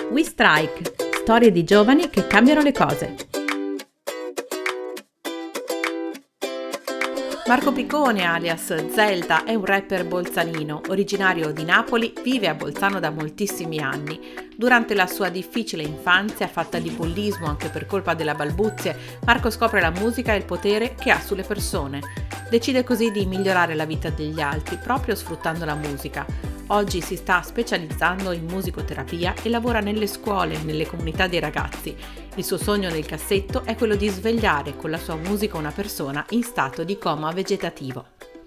We Strike, storie di giovani che cambiano le cose. Marco Piccone, alias Zelda, è un rapper bolzanino, originario di Napoli, vive a Bolzano da moltissimi anni. Durante la sua difficile infanzia, fatta di bullismo anche per colpa della balbuzie, Marco scopre la musica e il potere che ha sulle persone. Decide così di migliorare la vita degli altri, proprio sfruttando la musica. Oggi si sta specializzando in musicoterapia e lavora nelle scuole, nelle comunità dei ragazzi. Il suo sogno nel cassetto è quello di svegliare con la sua musica una persona in stato di coma vegetativo.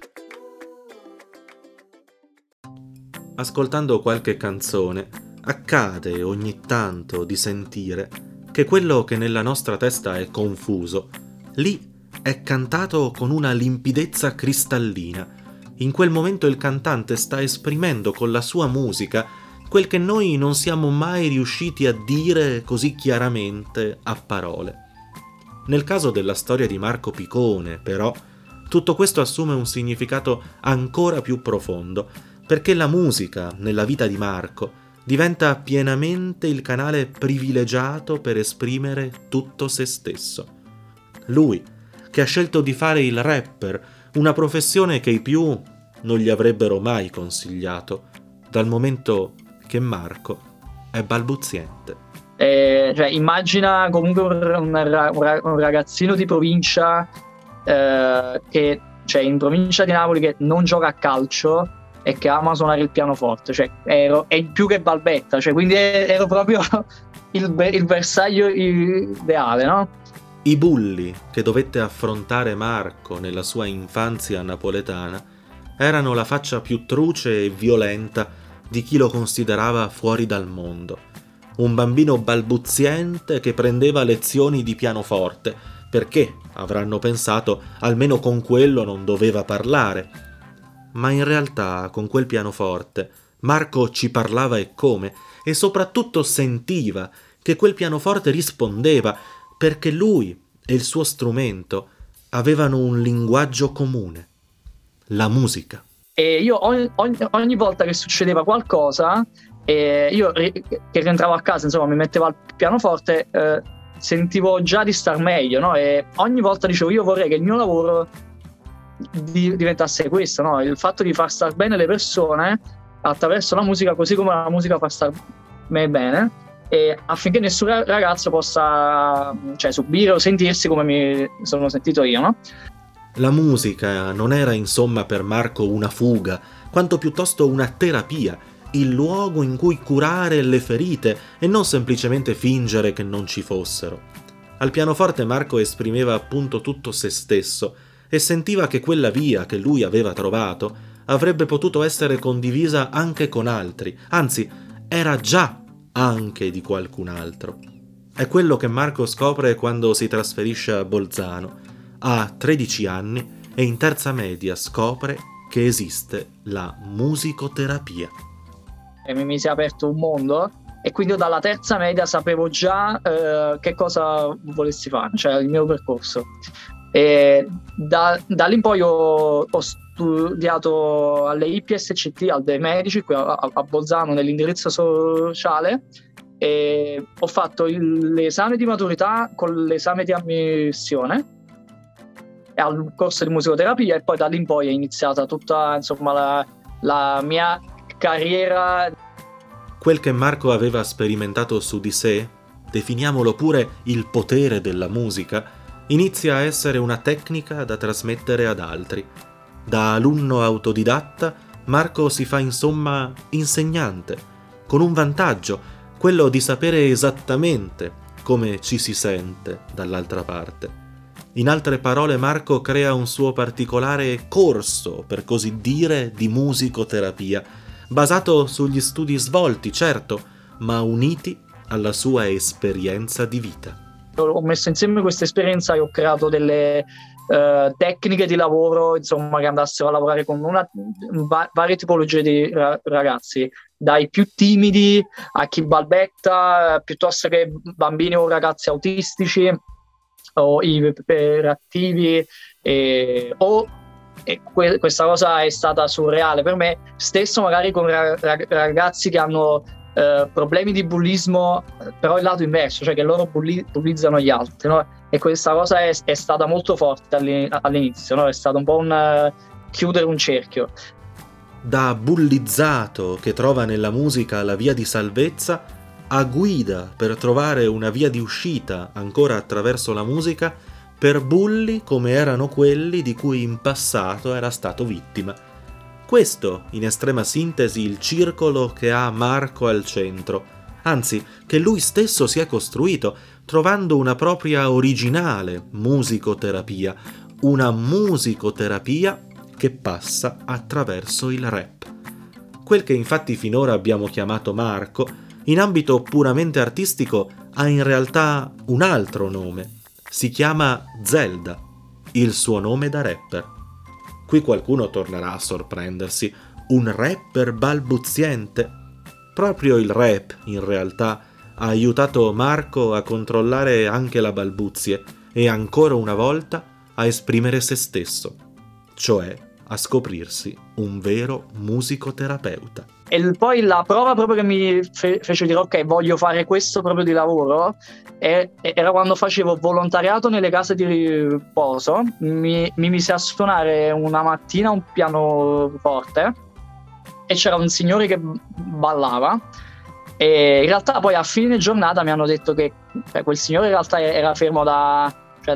Ascoltando qualche canzone, accade ogni tanto di sentire che quello che nella nostra testa è confuso, lì è cantato con una limpidezza cristallina. In quel momento il cantante sta esprimendo con la sua musica quel che noi non siamo mai riusciti a dire così chiaramente a parole. Nel caso della storia di Marco Piccone, però, tutto questo assume un significato ancora più profondo, perché la musica, nella vita di Marco, diventa pienamente il canale privilegiato per esprimere tutto se stesso. Lui, che ha scelto di fare il rapper, una professione che i più non gli avrebbero mai consigliato, dal momento che Marco è balbuziente. Immagina comunque un ragazzino di provincia che, in provincia di Napoli, che non gioca a calcio e che ama suonare il pianoforte, è più che balbetta, quindi ero proprio il bersaglio ideale, no? I bulli che dovette affrontare Marco nella sua infanzia napoletana erano la faccia più truce e violenta di chi lo considerava fuori dal mondo. Un bambino balbuziente che prendeva lezioni di pianoforte, perché, avranno pensato, almeno con quello non doveva parlare. Ma in realtà, con quel pianoforte, Marco ci parlava e come, e soprattutto sentiva che quel pianoforte rispondeva, perché lui e il suo strumento avevano un linguaggio comune: la musica. E io ogni volta che succedeva qualcosa, io che rientravo a casa, mi mettevo al pianoforte, sentivo già di star meglio, no? E ogni volta dicevo: io vorrei che il mio lavoro diventasse questo, no? Il fatto di far star bene le persone attraverso la musica, così come la musica fa star me bene, e affinché nessun ragazzo possa subire o sentirsi come mi sono sentito io, no? La musica non era insomma per Marco una fuga, quanto piuttosto una terapia, il luogo in cui curare le ferite e non semplicemente fingere che non ci fossero. Al pianoforte Marco esprimeva appunto tutto se stesso e sentiva che quella via che lui aveva trovato avrebbe potuto essere condivisa anche con altri, anzi era già anche di qualcun altro. È quello che Marco scopre quando si trasferisce a Bolzano. Ha 13 anni e in terza media scopre che esiste la musicoterapia. E mi si è aperto un mondo, e quindi io dalla terza media sapevo già che cosa volessi fare, il mio percorso. E da lì in poi ho studiato alle IPSCT, al dei medici qui a Bolzano, nell'indirizzo sociale, e ho fatto l'esame di maturità con l'esame di ammissione al corso di musicoterapia, e poi da lì in poi è iniziata tutta la mia carriera. Quel che Marco aveva sperimentato su di sé, definiamolo pure il potere della musica, inizia a essere una tecnica da trasmettere ad altri. Da alunno autodidatta, Marco si fa insomma insegnante, con un vantaggio, quello di sapere esattamente come ci si sente dall'altra parte. In altre parole, Marco crea un suo particolare corso, per così dire, di musicoterapia, basato sugli studi svolti, certo, ma uniti alla sua esperienza di vita. Ho messo insieme questa esperienza e ho creato delle tecniche di lavoro, che andassero a lavorare con varie tipologie di ragazzi, dai più timidi a chi balbetta, piuttosto che bambini o ragazzi autistici o iperattivi, questa cosa è stata surreale per me stesso, magari con ragazzi che hanno problemi di bullismo, però il lato inverso, cioè che loro bullizzano gli altri, no? E questa cosa è stata molto forte all'inizio, no? È stato un po' un chiudere un cerchio. Da bullizzato che trova nella musica la via di salvezza, a guida per trovare una via di uscita ancora attraverso la musica per bulli come erano quelli di cui in passato era stato vittima. Questo, in estrema sintesi, il circolo che ha Marco al centro, anzi, che lui stesso si è costruito, trovando una propria originale musicoterapia, una musicoterapia che passa attraverso il rap. Quel che infatti finora abbiamo chiamato Marco, in ambito puramente artistico, ha in realtà un altro nome. Si chiama Zelda, il suo nome da rapper. Qui qualcuno tornerà a sorprendersi. Un rapper balbuziente? Proprio il rap, in realtà, ha aiutato Marco a controllare anche la balbuzie e ancora una volta a esprimere se stesso, cioè a scoprirsi un vero musicoterapeuta. E poi la prova proprio che mi fece dire ok, voglio fare questo proprio di lavoro era quando facevo volontariato nelle case di riposo. Mi mise a suonare una mattina un pianoforte e c'era un signore che ballava, e in realtà poi a fine giornata mi hanno detto che quel signore in realtà era fermo da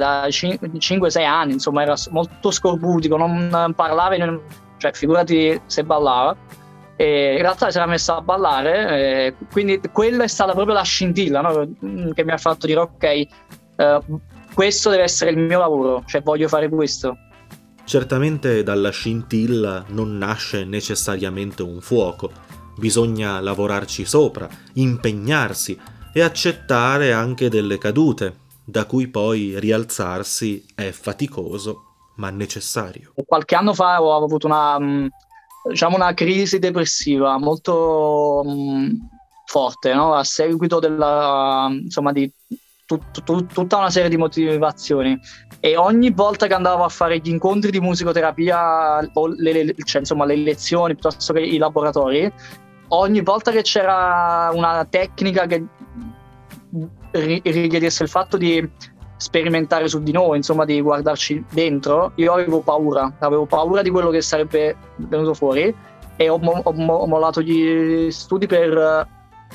5-6 anni, insomma era molto scorbutico, non parlava, cioè figurati se ballava. E in realtà si era messa a ballare, quindi quella è stata proprio la scintilla, no? Che mi ha fatto dire ok, questo deve essere il mio lavoro, cioè voglio fare questo. Certamente dalla scintilla non nasce necessariamente un fuoco, bisogna lavorarci sopra, impegnarsi e accettare anche delle cadute, da cui poi rialzarsi è faticoso ma necessario. Qualche anno fa ho avuto una crisi depressiva molto forte, no? A seguito di tutta una serie di motivazioni, e ogni volta che andavo a fare gli incontri di musicoterapia o le lezioni piuttosto che i laboratori, ogni volta che c'era una tecnica che richiedesse il fatto di sperimentare su di noi, insomma di guardarci dentro, io avevo paura di quello che sarebbe venuto fuori, e ho mollato gli studi per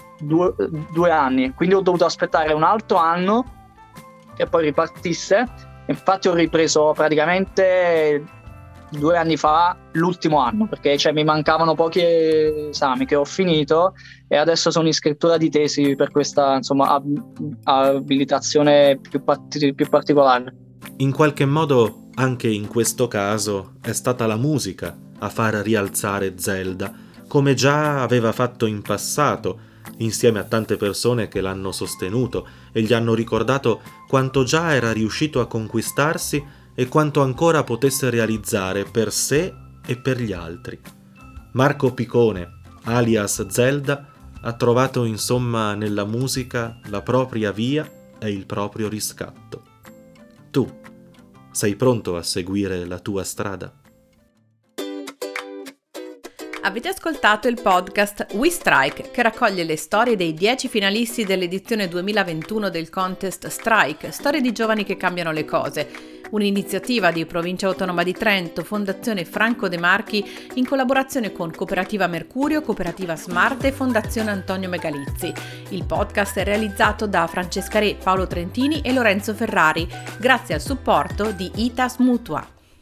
2 anni, quindi ho dovuto aspettare un altro anno che poi ripartisse. Infatti ho ripreso praticamente 2 anni fa l'ultimo anno, perché mi mancavano pochi esami che ho finito, e adesso sono in scrittura di tesi per questa abilitazione più particolare. In qualche modo anche in questo caso è stata la musica a far rialzare Zelda, come già aveva fatto in passato, insieme a tante persone che l'hanno sostenuto e gli hanno ricordato quanto già era riuscito a conquistarsi e quanto ancora potesse realizzare per sé e per gli altri. Marco Picone, alias Zelda, ha trovato insomma nella musica la propria via e il proprio riscatto. Tu sei pronto a seguire la tua strada? Avete ascoltato il podcast We Strike, che raccoglie le storie dei 10 finalisti dell'edizione 2021 del contest Strike, storie di giovani che cambiano le cose, un'iniziativa di Provincia Autonoma di Trento, Fondazione Franco De Marchi, in collaborazione con Cooperativa Mercurio, Cooperativa Smart e Fondazione Antonio Megalizzi. Il podcast è realizzato da Francesca Re, Paolo Trentini e Lorenzo Ferrari, grazie al supporto di Itas Mutua.